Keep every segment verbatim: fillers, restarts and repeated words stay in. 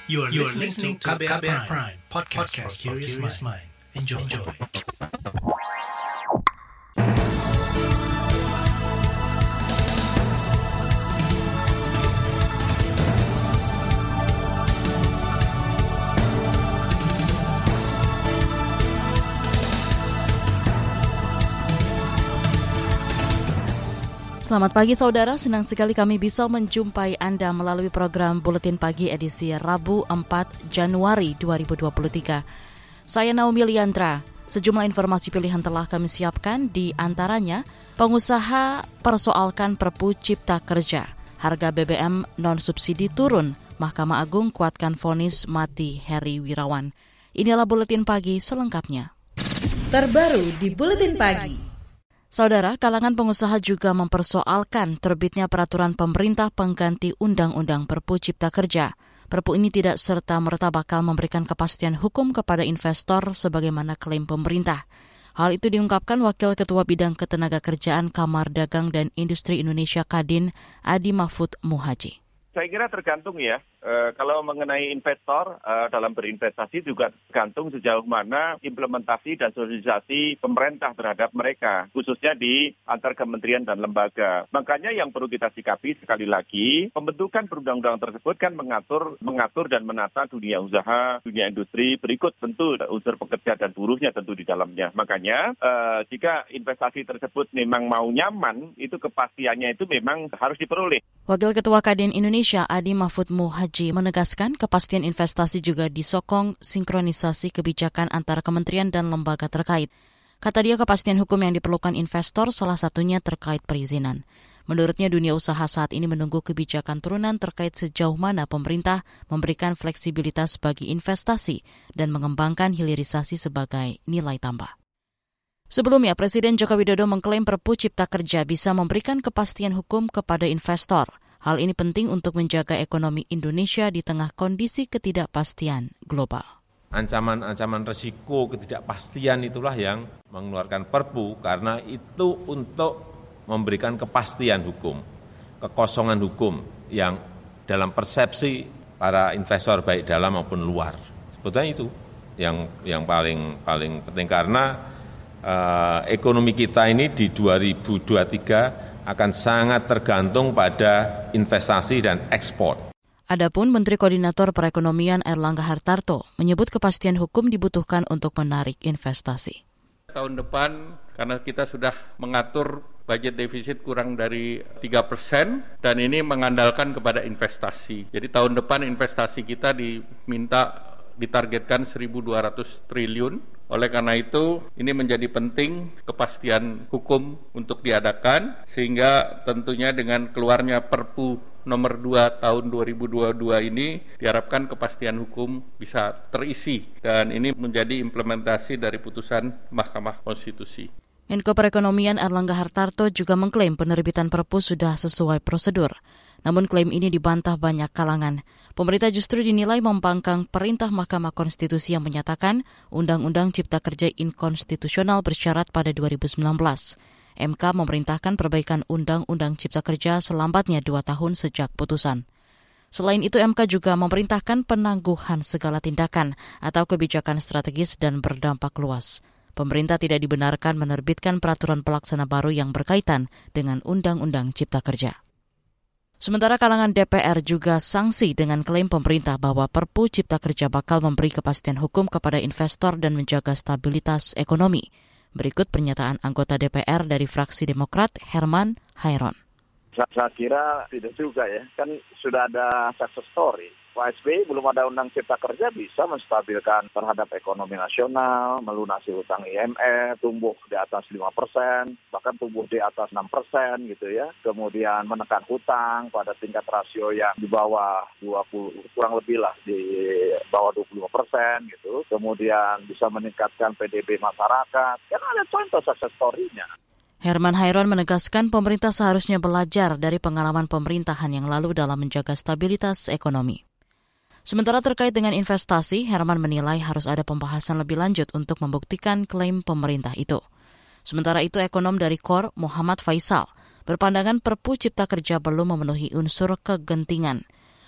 You are, you are listening to K B R Prime, podcast, podcast for curious mind. Enjoy. Enjoy. Selamat pagi saudara, senang sekali kami bisa menjumpai Anda melalui program Buletin Pagi edisi Rabu empat Januari dua ribu dua puluh tiga. Saya Naomi Liandra. Sejumlah informasi pilihan telah kami siapkan, di antaranya pengusaha persoalkan Perpu Cipta Kerja, harga B B M non-subsidi turun, Mahkamah Agung kuatkan vonis mati Heri Wirawan. Inilah Buletin Pagi selengkapnya. Terbaru di Buletin Pagi. Saudara, kalangan pengusaha juga mempersoalkan terbitnya peraturan pemerintah pengganti Undang-Undang Perpu Cipta Kerja. Perpu ini tidak serta-merta bakal memberikan kepastian hukum kepada investor sebagaimana klaim pemerintah. Hal itu diungkapkan Wakil Ketua Bidang Ketenagakerjaan Kamar Dagang dan Industri Indonesia Kadin, Adi Mahfud Muhaji. Saya kira tergantung ya, e, kalau mengenai investor e, dalam berinvestasi juga tergantung sejauh mana implementasi dan sosialisasi pemerintah terhadap mereka, khususnya di antar kementerian dan lembaga. Makanya yang perlu kita sikapi sekali lagi, pembentukan perundang-undangan tersebut kan mengatur mengatur dan menata dunia usaha, dunia industri, berikut tentu unsur pekerja dan buruhnya tentu di dalamnya. Makanya e, jika investasi tersebut memang mau nyaman, itu kepastiannya itu memang harus diperoleh. Wakil Ketua Kadin Indonesia Adi Mahfud Muhaji menegaskan kepastian investasi juga disokong sinkronisasi kebijakan antar kementerian dan lembaga terkait. Kata dia, kepastian hukum yang diperlukan investor salah satunya terkait perizinan. Menurutnya dunia usaha saat ini menunggu kebijakan turunan terkait sejauh mana pemerintah memberikan fleksibilitas bagi investasi dan mengembangkan hilirisasi sebagai nilai tambah. Sebelumnya, Presiden Joko Widodo mengklaim Perpu Cipta Kerja bisa memberikan kepastian hukum kepada investor. Hal ini penting untuk menjaga ekonomi Indonesia di tengah kondisi ketidakpastian global. Ancaman-ancaman risiko ketidakpastian itulah yang mengeluarkan Perpu, karena itu untuk memberikan kepastian hukum, kekosongan hukum yang dalam persepsi para investor baik dalam maupun luar. Sebetulnya itu yang yang paling paling penting, karena Uh, ekonomi kita ini di dua ribu dua puluh tiga akan sangat tergantung pada investasi dan ekspor. Adapun Menteri Koordinator Perekonomian Airlangga Hartarto menyebut kepastian hukum dibutuhkan untuk menarik investasi. Tahun depan, karena kita sudah mengatur budget defisit kurang dari tiga persen dan ini mengandalkan kepada investasi. Jadi tahun depan investasi kita diminta ditargetkan seribu dua ratus triliun. Oleh karena itu, ini menjadi penting kepastian hukum untuk diadakan, sehingga tentunya dengan keluarnya Perpu nomor dua tahun dua ribu dua puluh dua ini diharapkan kepastian hukum bisa terisi, dan ini menjadi implementasi dari putusan Mahkamah Konstitusi. Menko Perekonomian Airlangga Hartarto juga mengklaim penerbitan Perpu sudah sesuai prosedur. Namun klaim ini dibantah banyak kalangan. Pemerintah justru dinilai membangkang perintah Mahkamah Konstitusi yang menyatakan Undang-Undang Cipta Kerja inkonstitusional bersyarat pada dua ribu sembilan belas. M K memerintahkan perbaikan Undang-Undang Cipta Kerja selambatnya dua tahun sejak putusan. Selain itu, M K juga memerintahkan penangguhan segala tindakan atau kebijakan strategis dan berdampak luas. Pemerintah tidak dibenarkan menerbitkan peraturan pelaksana baru yang berkaitan dengan Undang-Undang Cipta Kerja. Sementara kalangan D P R juga sanksi dengan klaim pemerintah bahwa Perpu Cipta Kerja bakal memberi kepastian hukum kepada investor dan menjaga stabilitas ekonomi. Berikut pernyataan anggota D P R dari fraksi Demokrat, Herman Hairon. Saya kira tidak juga ya, kan sudah ada success story. Pak S B Y belum ada Undang Cipta Kerja bisa menstabilkan terhadap ekonomi nasional, melunasi hutang I M F, tumbuh di atas lima persen, bahkan tumbuh di atas enam persen gitu ya. Kemudian menekan hutang pada tingkat rasio yang di bawah dua puluh, kurang lebih lah di bawah dua puluh lima persen gitu. Kemudian bisa meningkatkan P D B masyarakat. Kan ada contoh success story-nya. Herman Hairon menegaskan pemerintah seharusnya belajar dari pengalaman pemerintahan yang lalu dalam menjaga stabilitas ekonomi. Sementara terkait dengan investasi, Herman menilai harus ada pembahasan lebih lanjut untuk membuktikan klaim pemerintah itu. Sementara itu, ekonom dari K O R, Muhammad Faisal, berpandangan Perpu Cipta Kerja belum memenuhi unsur kegentingan.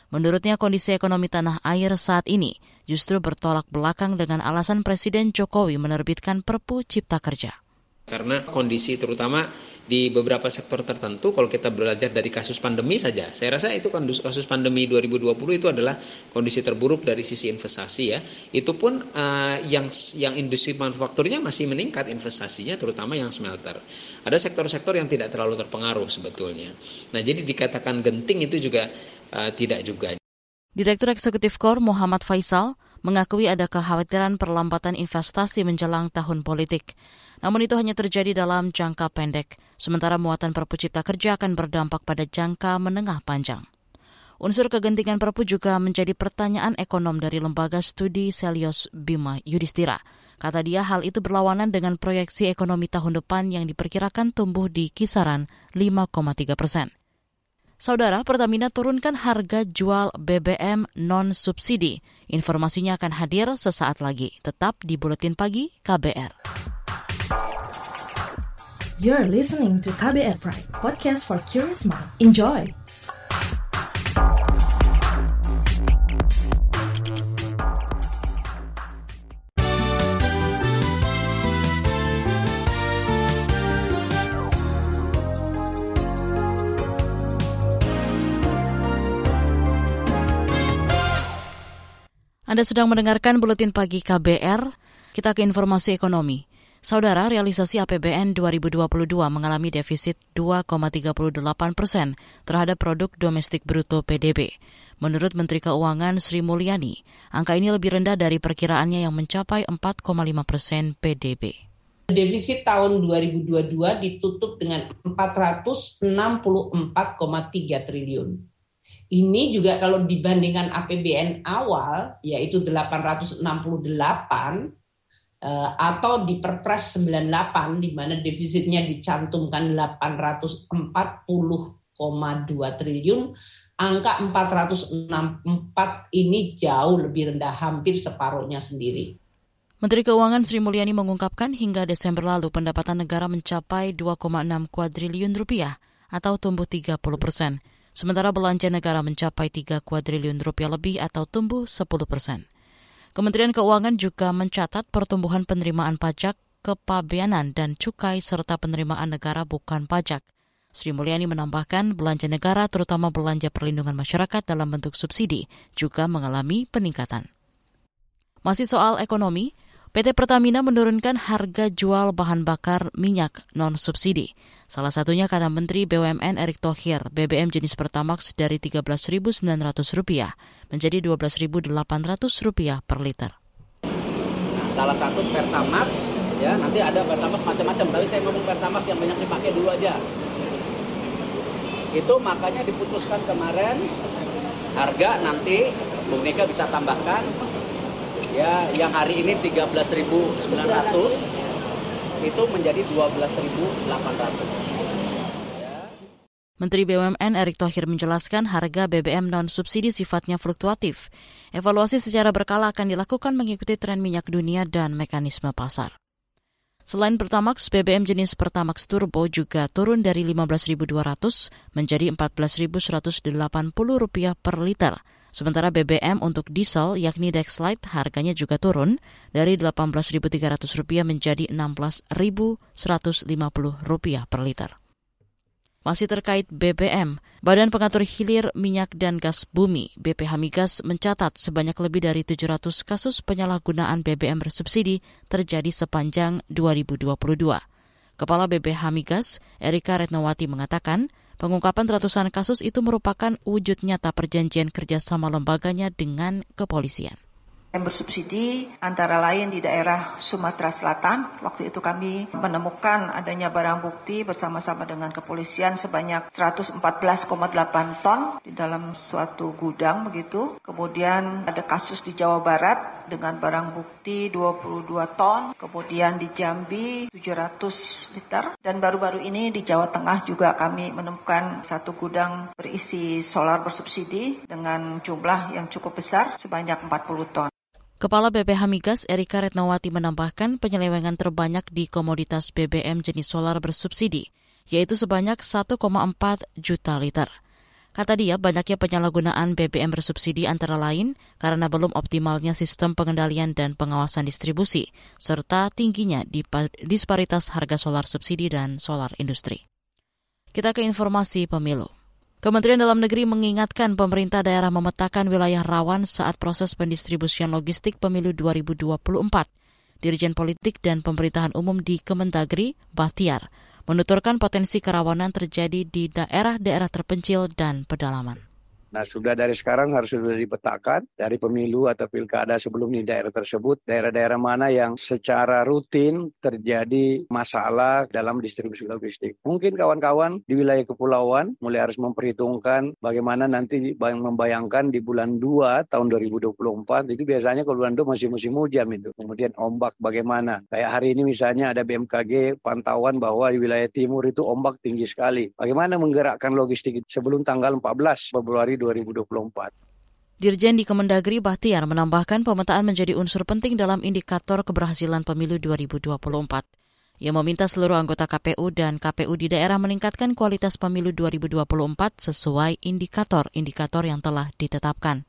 Menurutnya kondisi ekonomi tanah air saat ini justru bertolak belakang dengan alasan Presiden Jokowi menerbitkan Perpu Cipta Kerja. Karena kondisi terutama di beberapa sektor tertentu, kalau kita belajar dari kasus pandemi saja, saya rasa itu kasus pandemi dua ribu dua puluh itu adalah kondisi terburuk dari sisi investasi ya. Itu pun uh, yang yang industri manufakturnya masih meningkat investasinya, terutama yang smelter. Ada sektor-sektor yang tidak terlalu terpengaruh sebetulnya. Nah, jadi dikatakan genting itu juga uh, tidak juga. Direktur Eksekutif K O R Muhammad Faisal mengakui ada kekhawatiran perlambatan investasi menjelang tahun politik. Namun itu hanya terjadi dalam jangka pendek, sementara muatan Perpu Cipta Kerja akan berdampak pada jangka menengah panjang. Unsur kegentingan Perpu juga menjadi pertanyaan ekonom dari Lembaga Studi Selios Bima Yudhistira. Kata dia hal itu berlawanan dengan proyeksi ekonomi tahun depan yang diperkirakan tumbuh di kisaran lima koma tiga persen. Saudara, Pertamina turunkan harga jual B B M non-subsidi. Informasinya akan hadir sesaat lagi. Tetap di Buletin Pagi K B R. You're listening to K B R Prime, podcast for curious mind. Enjoy! Anda sedang mendengarkan Buletin Pagi K B R. Kita ke informasi ekonomi. Saudara, realisasi A P B N dua ribu dua puluh dua mengalami defisit dua koma tiga delapan persen terhadap produk domestik bruto P D B. Menurut Menteri Keuangan Sri Mulyani, angka ini lebih rendah dari perkiraannya yang mencapai empat koma lima persen P D B. Defisit tahun dua ribu dua puluh dua ditutup dengan empat ratus enam puluh empat koma tiga triliun. Ini juga kalau dibandingkan A P B N awal, yaitu delapan ratus enam puluh delapan, eh, atau di Perpres sembilan puluh delapan, di mana defisitnya dicantumkan delapan ratus empat puluh koma dua triliun, angka empat ratus enam puluh empat ini jauh lebih rendah, hampir separuhnya sendiri. Menteri Keuangan Sri Mulyani mengungkapkan hingga Desember lalu pendapatan negara mencapai dua koma enam kuadriliun rupiah atau tumbuh tiga puluh persen. Sementara belanja negara mencapai tiga kuadriliun rupiah lebih atau tumbuh sepuluh persen. Kementerian Keuangan juga mencatat pertumbuhan penerimaan pajak, kepabeanan, dan cukai serta penerimaan negara bukan pajak. Sri Mulyani menambahkan belanja negara terutama belanja perlindungan masyarakat dalam bentuk subsidi juga mengalami peningkatan. Masih soal ekonomi, P T Pertamina menurunkan harga jual bahan bakar minyak non-subsidi. Salah satunya kata Menteri B U M N Erick Thohir, B B M jenis Pertamax dari tiga belas ribu sembilan ratus rupiah menjadi dua belas ribu delapan ratus rupiah per liter. Nah, salah satu Pertamax, ya nanti ada Pertamax macam-macam, tapi saya ngomong Pertamax yang banyak dipakai dulu aja. Itu makanya diputuskan kemarin, harga nanti Bu Mega bisa tambahkan, ya yang hari ini tiga belas ribu sembilan ratus itu menjadi dua belas ribu delapan ratus. Ya. Menteri B U M N Erick Thohir menjelaskan harga B B M non-subsidi sifatnya fluktuatif. Evaluasi secara berkala akan dilakukan mengikuti tren minyak dunia dan mekanisme pasar. Selain Pertamax, B B M jenis Pertamax Turbo juga turun dari lima belas ribu dua ratus menjadi empat belas ribu seratus delapan puluh rupiah per liter. Sementara B B M untuk diesel yakni Dexlite harganya juga turun dari delapan belas ribu tiga ratus rupiah menjadi enam belas ribu seratus lima puluh rupiah per liter. Masih terkait B B M, Badan Pengatur Hilir Minyak dan Gas Bumi B P H Migas mencatat sebanyak lebih dari tujuh ratus kasus penyalahgunaan B B M bersubsidi terjadi sepanjang dua ribu dua puluh dua. Kepala B P H Migas, Erika Retnowati mengatakan, pengungkapan ratusan kasus itu merupakan wujud nyata perjanjian kerjasama lembaganya dengan kepolisian. Yang bersubsidi antara lain di daerah Sumatera Selatan. Waktu itu kami menemukan adanya barang bukti bersama-sama dengan kepolisian sebanyak seratus empat belas koma delapan ton di dalam suatu gudang begitu. Kemudian ada kasus di Jawa Barat dengan barang bukti dua puluh dua ton. Kemudian di Jambi tujuh ratus liter. Dan baru-baru ini di Jawa Tengah juga kami menemukan satu gudang berisi solar bersubsidi dengan jumlah yang cukup besar sebanyak empat puluh ton. Kepala B P H Migas Erika Retnowati menambahkan penyelewengan terbanyak di komoditas B B M jenis solar bersubsidi, yaitu sebanyak satu koma empat juta liter. Kata dia, banyaknya penyalahgunaan B B M bersubsidi antara lain karena belum optimalnya sistem pengendalian dan pengawasan distribusi, serta tingginya disparitas harga solar subsidi dan solar industri. Kita ke informasi pemilu. Kementerian Dalam Negeri mengingatkan pemerintah daerah memetakan wilayah rawan saat proses pendistribusian logistik pemilu dua ribu dua puluh empat. Dirjen Politik dan Pemerintahan Umum di Kemendagri, Bahtiar, menuturkan potensi kerawanan terjadi di daerah-daerah terpencil dan pedalaman. Nah, sudah dari sekarang harus sudah dipetakan dari pemilu atau pilkada sebelum di daerah tersebut, daerah-daerah mana yang secara rutin terjadi masalah dalam distribusi logistik. Mungkin kawan-kawan di wilayah kepulauan mulai harus memperhitungkan bagaimana nanti membayangkan di bulan dua tahun dua ribu dua puluh empat, itu biasanya kalau bulan dua masih musim hujan itu. Kemudian ombak bagaimana. Kayak hari ini misalnya ada B M K G pantauan bahwa di wilayah timur itu ombak tinggi sekali. Bagaimana menggerakkan logistik sebelum tanggal empat belas Februari dua ribu dua puluh empat. Dirjen di Kemendagri Bahtiar menambahkan pemetaan menjadi unsur penting dalam indikator keberhasilan pemilu dua ribu dua puluh empat. Ia meminta seluruh anggota K P U dan K P U di daerah meningkatkan kualitas pemilu dua ribu dua puluh empat sesuai indikator-indikator yang telah ditetapkan.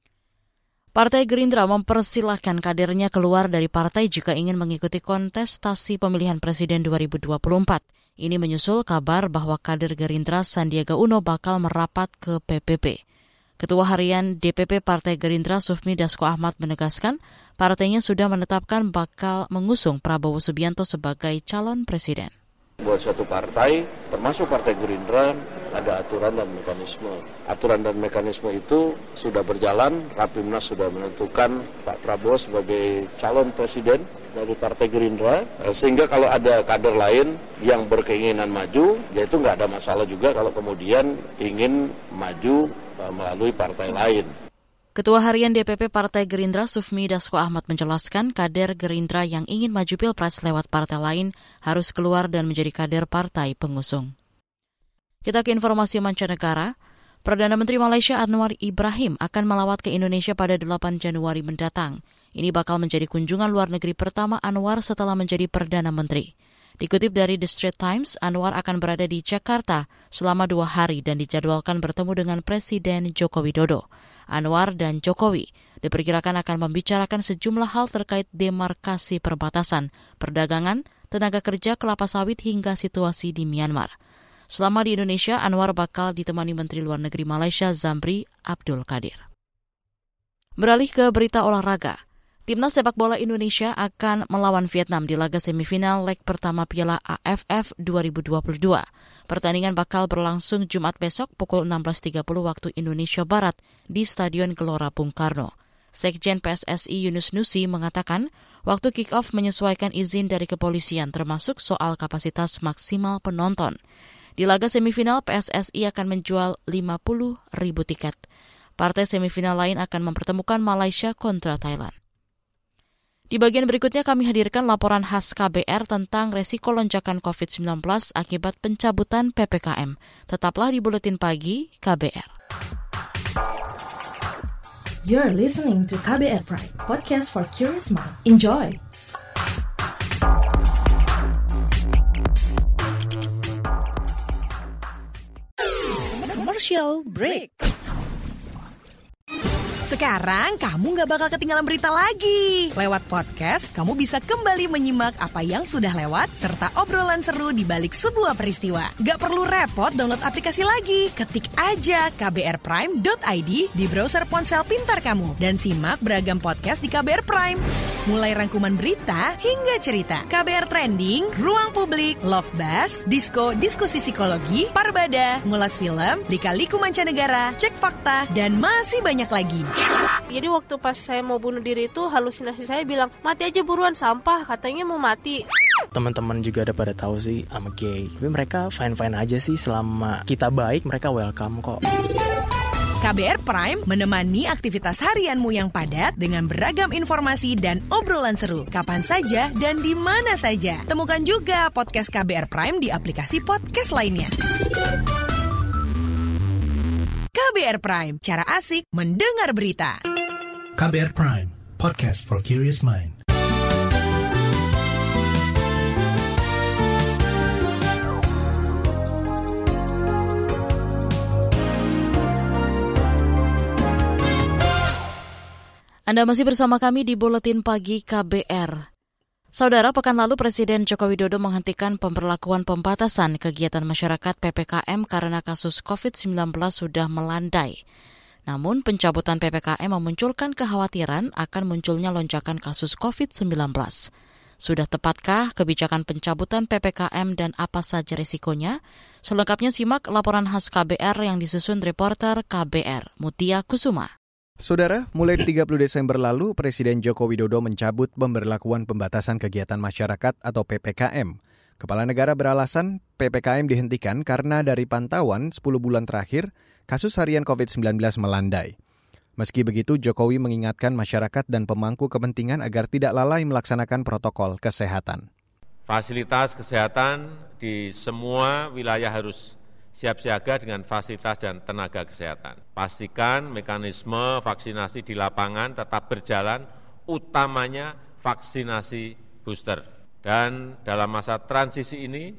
Partai Gerindra mempersilahkan kadernya keluar dari partai jika ingin mengikuti kontestasi pemilihan presiden dua ribu dua puluh empat. Ini menyusul kabar bahwa kader Gerindra Sandiaga Uno bakal merapat ke P P P. Ketua Harian D P P Partai Gerindra Sufmi Dasko Ahmad menegaskan partainya sudah menetapkan bakal mengusung Prabowo Subianto sebagai calon presiden. Buat suatu partai, termasuk Partai Gerindra, ada aturan dan mekanisme. Aturan dan mekanisme itu sudah berjalan, Rapimnas sudah menentukan Pak Prabowo sebagai calon presiden dari Partai Gerindra, sehingga kalau ada kader lain yang berkeinginan maju, ya itu nggak ada masalah juga kalau kemudian ingin maju melalui partai lain. Ketua Harian D P P Partai Gerindra Sufmi Dasko Ahmad menjelaskan kader Gerindra yang ingin maju pilpres lewat partai lain harus keluar dan menjadi kader partai pengusung. Kita ke informasi mancanegara. Perdana Menteri Malaysia Anwar Ibrahim akan melawat ke Indonesia pada delapan Januari mendatang. Ini bakal menjadi kunjungan luar negeri pertama Anwar setelah menjadi Perdana Menteri. Dikutip dari The Straits Times, Anwar akan berada di Jakarta selama dua hari dan dijadwalkan bertemu dengan Presiden Joko Widodo. Anwar dan Jokowi diperkirakan akan membicarakan sejumlah hal terkait demarkasi perbatasan, perdagangan, tenaga kerja, kelapa sawit hingga situasi di Myanmar. Selama di Indonesia, Anwar bakal ditemani Menteri Luar Negeri Malaysia Zamri Abdul Qadir. Beralih ke berita olahraga. Timnas sepak bola Indonesia akan melawan Vietnam di laga semifinal leg pertama Piala A F F dua ribu dua puluh dua. Pertandingan bakal berlangsung Jumat besok pukul enam belas tiga puluh waktu Indonesia Barat di Stadion Gelora Bung Karno. Sekjen P S S I Yunus Nusi mengatakan waktu kick-off menyesuaikan izin dari kepolisian termasuk soal kapasitas maksimal penonton. Di laga semifinal P S S I akan menjual lima puluh ribu tiket. Partai semifinal lain akan mempertemukan Malaysia kontra Thailand. Di bagian berikutnya kami hadirkan laporan khas K B R tentang resiko lonjakan covid sembilan belas akibat pencabutan P P K M. Tetaplah di Buletin Pagi K B R. You're listening to K B R Prime, podcast for curious mind. Enjoy! Commercial break. Sekarang kamu gak bakal ketinggalan berita lagi. Lewat podcast, kamu bisa kembali menyimak apa yang sudah lewat serta obrolan seru di balik sebuah peristiwa. Gak perlu repot download aplikasi lagi. Ketik aja k b r prime dot i d di browser ponsel pintar kamu dan simak beragam podcast di K B R Prime. Mulai rangkuman berita hingga cerita, K B R Trending, Ruang Publik, Love Buzz, Disko, Diskusi Psikologi, Parbada, Ngulas Film, Lika-Liku Mancanegara, Cek Fakta, dan masih banyak lagi. Jadi waktu pas saya mau bunuh diri itu halusinasi saya bilang mati aja buruan sampah, katanya mau mati. Teman-teman juga ada pada tahu sih I'm gay, tapi mereka fine-fine aja sih selama kita baik, mereka welcome kok. K B R Prime menemani aktivitas harianmu yang padat dengan beragam informasi dan obrolan seru kapan saja dan di mana saja. Temukan juga podcast K B R Prime di aplikasi podcast lainnya. K B R Prime, cara asik mendengar berita. K B R Prime, podcast for curious mind. Anda masih bersama kami di Buletin Pagi K B R. Saudara, pekan lalu Presiden Joko Widodo menghentikan pemberlakuan pembatasan kegiatan masyarakat P P K M karena kasus covid sembilan belas sudah melandai. Namun, pencabutan P P K M memunculkan kekhawatiran akan munculnya lonjakan kasus covid sembilan belas. Sudah tepatkah kebijakan pencabutan P P K M dan apa saja risikonya? Selengkapnya simak laporan khas K B R yang disusun reporter K B R, Mutia Kusuma. Saudara, mulai tiga puluh Desember lalu, Presiden Joko Widodo mencabut pemberlakuan pembatasan kegiatan masyarakat atau P P K M. Kepala negara beralasan P P K M dihentikan karena dari pantauan sepuluh bulan terakhir, kasus harian covid sembilan belas melandai. Meski begitu, Jokowi mengingatkan masyarakat dan pemangku kepentingan agar tidak lalai melaksanakan protokol kesehatan. Fasilitas kesehatan di semua wilayah harus siap siaga dengan fasilitas dan tenaga kesehatan. Pastikan mekanisme vaksinasi di lapangan tetap berjalan, utamanya vaksinasi booster. Dan dalam masa transisi ini,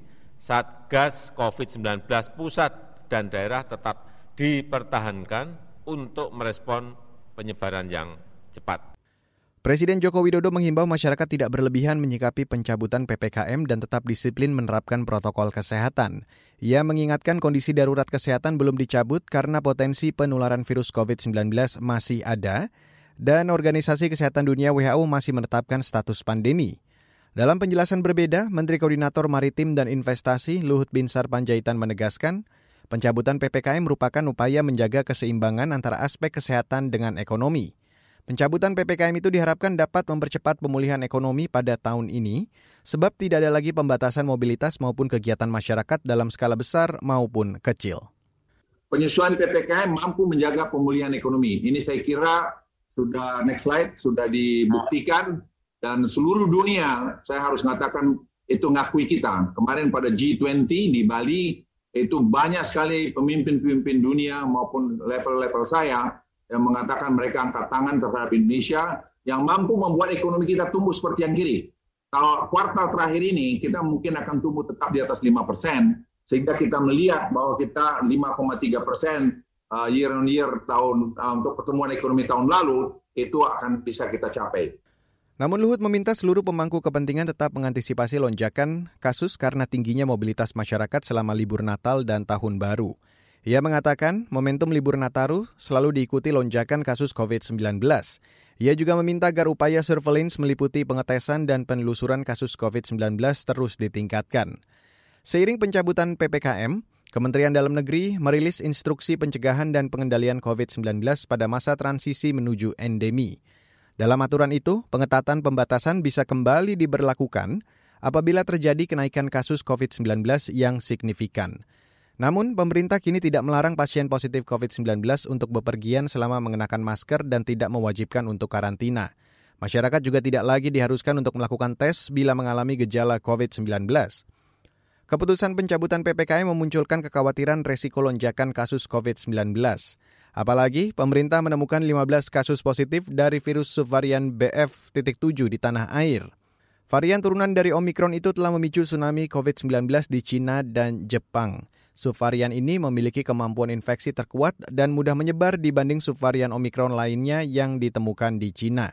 Satgas covid sembilan belas pusat dan daerah tetap dipertahankan untuk merespon penyebaran yang cepat. Presiden Joko Widodo menghimbau masyarakat tidak berlebihan menyikapi pencabutan P P K M dan tetap disiplin menerapkan protokol kesehatan. Ia mengingatkan kondisi darurat kesehatan belum dicabut karena potensi penularan virus covid sembilan belas masih ada dan Organisasi Kesehatan Dunia W H O masih menetapkan status pandemi. Dalam penjelasan berbeda, Menteri Koordinator Maritim dan Investasi Luhut Binsar Panjaitan menegaskan, pencabutan P P K M merupakan upaya menjaga keseimbangan antara aspek kesehatan dengan ekonomi. Pencabutan P P K M itu diharapkan dapat mempercepat pemulihan ekonomi pada tahun ini, sebab tidak ada lagi pembatasan mobilitas maupun kegiatan masyarakat dalam skala besar maupun kecil. Penyesuaian P P K M mampu menjaga pemulihan ekonomi. Ini saya kira sudah next slide, sudah dibuktikan dan seluruh dunia, saya harus mengatakan itu ngakui kita. Kemarin pada G dua puluh di Bali, itu banyak sekali pemimpin-pemimpin dunia maupun level-level saya yang mengatakan mereka angkat tangan terhadap Indonesia yang mampu membuat ekonomi kita tumbuh seperti yang kiri. Kalau kuartal terakhir ini kita mungkin akan tumbuh tetap di atas lima persen, sehingga kita melihat bahwa kita lima koma tiga persen year on year tahun uh, untuk pertumbuhan ekonomi tahun lalu itu akan bisa kita capai. Namun Luhut meminta seluruh pemangku kepentingan tetap mengantisipasi lonjakan kasus karena tingginya mobilitas masyarakat selama libur Natal dan Tahun Baru. Ia mengatakan momentum libur Nataru selalu diikuti lonjakan kasus covid sembilan belas. Ia juga meminta agar upaya surveillance meliputi pengetesan dan penelusuran kasus covid sembilan belas terus ditingkatkan. Seiring pencabutan P P K M, Kementerian Dalam Negeri merilis instruksi pencegahan dan pengendalian covid sembilan belas pada masa transisi menuju endemi. Dalam aturan itu, pengetatan pembatasan bisa kembali diberlakukan apabila terjadi kenaikan kasus covid sembilan belas yang signifikan. Namun, pemerintah kini tidak melarang pasien positif covid sembilan belas untuk bepergian selama mengenakan masker dan tidak mewajibkan untuk karantina. Masyarakat juga tidak lagi diharuskan untuk melakukan tes bila mengalami gejala covid sembilan belas. Keputusan pencabutan P P K M memunculkan kekhawatiran resiko lonjakan kasus covid sembilan belas. Apalagi, pemerintah menemukan lima belas kasus positif dari virus subvarian B F tujuh di tanah air. Varian turunan dari Omikron itu telah memicu tsunami covid sembilan belas di Cina dan Jepang. Subvarian ini memiliki kemampuan infeksi terkuat dan mudah menyebar dibanding subvarian Omikron lainnya yang ditemukan di Cina.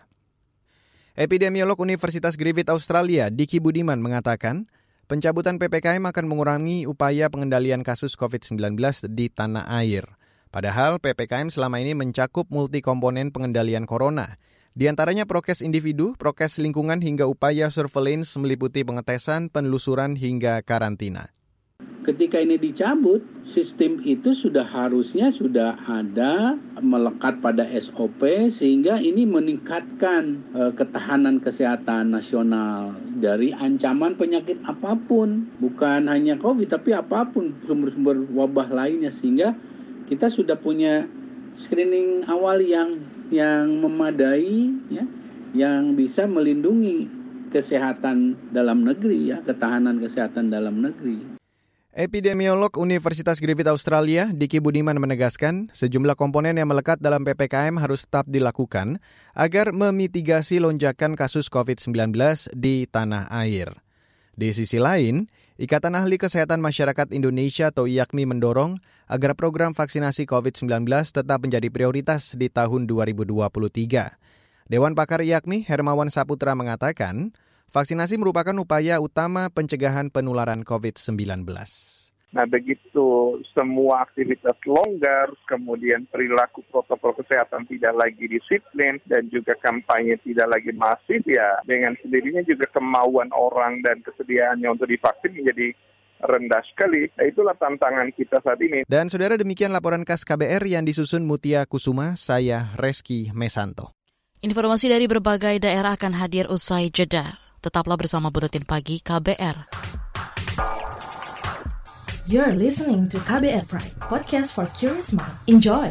Epidemiolog Universitas Griffith Australia, Diki Budiman mengatakan, pencabutan P P K M akan mengurangi upaya pengendalian kasus covid sembilan belas di tanah air. Padahal P P K M selama ini mencakup multikomponen pengendalian corona. Di antaranya prokes individu, prokes lingkungan hingga upaya surveillance meliputi pengetesan, penelusuran hingga karantina. Ketika ini dicabut, sistem itu sudah harusnya sudah ada melekat pada S O P sehingga ini meningkatkan uh, ketahanan kesehatan nasional dari ancaman penyakit apapun, bukan hanya COVID tapi apapun sumber-sumber wabah lainnya, sehingga kita sudah punya screening awal yang yang memadai ya, yang bisa melindungi kesehatan dalam negeri ya, ketahanan kesehatan dalam negeri. Epidemiolog Universitas Griffith Australia, Diki Budiman menegaskan sejumlah komponen yang melekat dalam P P K M harus tetap dilakukan agar memitigasi lonjakan kasus covid sembilan belas di tanah air. Di sisi lain, Ikatan Ahli Kesehatan Masyarakat Indonesia atau I A K M I mendorong agar program vaksinasi covid sembilan belas tetap menjadi prioritas di tahun dua ribu dua puluh tiga. Dewan Pakar I A K M I Hermawan Saputra mengatakan, vaksinasi merupakan upaya utama pencegahan penularan covid sembilan belas. Nah, begitu semua aktivitas longgar, kemudian perilaku protokol kesehatan tidak lagi disiplin, dan juga kampanye tidak lagi masif, ya dengan sendirinya juga kemauan orang dan kesediaannya untuk divaksin menjadi rendah sekali. Nah, itulah tantangan kita saat ini. Dan saudara, demikian laporan khas K B R yang disusun Mutia Kusuma, saya Reski Mesanto. Informasi dari berbagai daerah akan hadir usai jeda. Tetaplah bersama Buletin Pagi K B R. You're listening to K B R Prime, podcast for curious mind. Enjoy!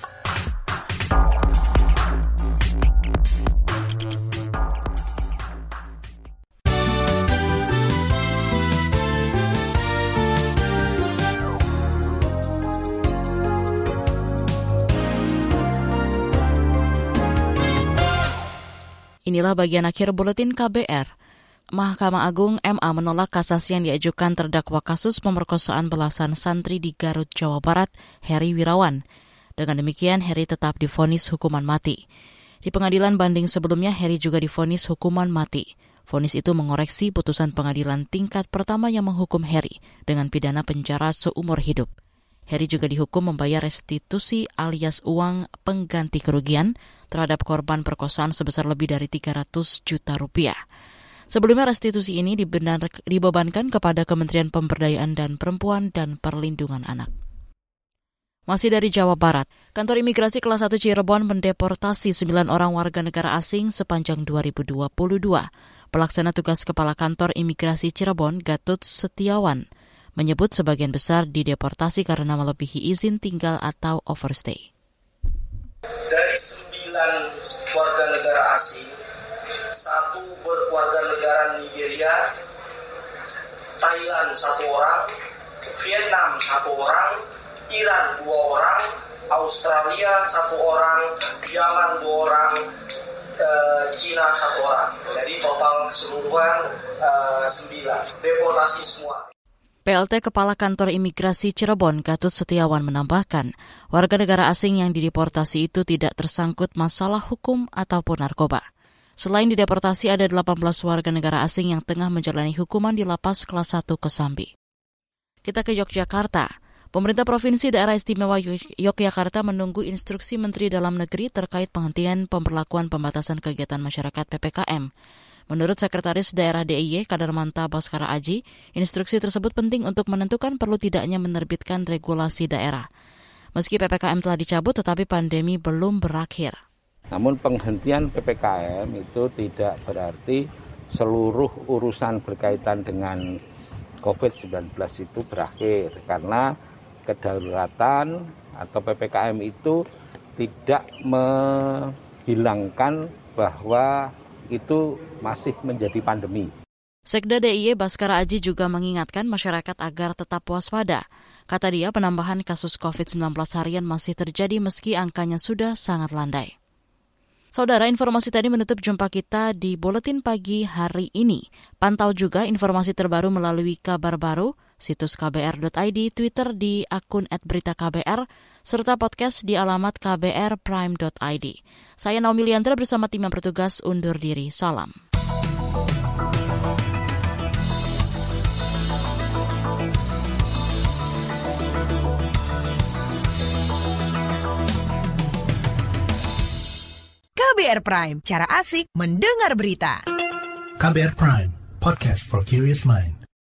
Inilah bagian akhir Buletin K B R. Mahkamah Agung M A menolak kasasi yang diajukan terdakwa kasus pemerkosaan belasan santri di Garut, Jawa Barat, Heri Wirawan. Dengan demikian, Heri tetap divonis hukuman mati. Di pengadilan banding sebelumnya, Heri juga divonis hukuman mati. Vonis itu mengoreksi putusan pengadilan tingkat pertama yang menghukum Heri dengan pidana penjara seumur hidup. Heri juga dihukum membayar restitusi alias uang pengganti kerugian terhadap korban perkosaan sebesar lebih dari tiga ratus juta rupiah. Sebelumnya restitusi ini dibenar, dibebankan kepada Kementerian Pemberdayaan dan Perempuan dan Perlindungan Anak. Masih dari Jawa Barat, Kantor Imigrasi Kelas satu Cirebon mendeportasi sembilan orang warga negara asing sepanjang dua ribu dua puluh dua. Pelaksana tugas Kepala Kantor Imigrasi Cirebon, Gatut Setiawan, menyebut sebagian besar dideportasi karena melebihi izin tinggal atau overstay. Dari sembilan warga negara asing, satu berkeluarga negara Nigeria, Thailand satu orang, Vietnam satu orang, Iran dua orang, Australia satu orang, Yaman dua orang, uh, Cina satu orang. Jadi total keseluruhan uh, sembilan. Deportasi semua. P L T Kepala Kantor Imigrasi Cirebon, Gatut Setiawan menambahkan, warga negara asing yang dideportasi itu tidak tersangkut masalah hukum ataupun narkoba. Selain dideportasi, ada delapan belas warga negara asing yang tengah menjalani hukuman di Lapas Kelas satu Kesambi. Kita ke Yogyakarta. Pemerintah Provinsi Daerah Istimewa Yogyakarta menunggu instruksi Menteri Dalam Negeri terkait penghentian pemberlakuan pembatasan kegiatan masyarakat P P K M. Menurut Sekretaris Daerah D I Y Kadarmanta Baskara Aji, instruksi tersebut penting untuk menentukan perlu tidaknya menerbitkan regulasi daerah. Meski P P K M telah dicabut, tetapi pandemi belum berakhir. Namun penghentian P P K M itu tidak berarti seluruh urusan berkaitan dengan covid sembilan belas itu berakhir. Karena kedaruratan atau P P K M itu tidak menghilangkan bahwa itu masih menjadi pandemi. Sekda D I Y Baskara Aji juga mengingatkan masyarakat agar tetap waspada. Kata dia, penambahan kasus covid sembilan belas harian masih terjadi meski angkanya sudah sangat landai. Saudara, informasi tadi menutup jumpa kita di Buletin Pagi hari ini. Pantau juga informasi terbaru melalui kabar baru, situs k b r dot i d, Twitter di akun et berita k b r, serta podcast di alamat k b r prime dot i d. Saya Naomi Liandra bersama tim yang bertugas undur diri. Salam. K B R Prime, cara asik mendengar berita. K B R Prime, podcast for curious mind.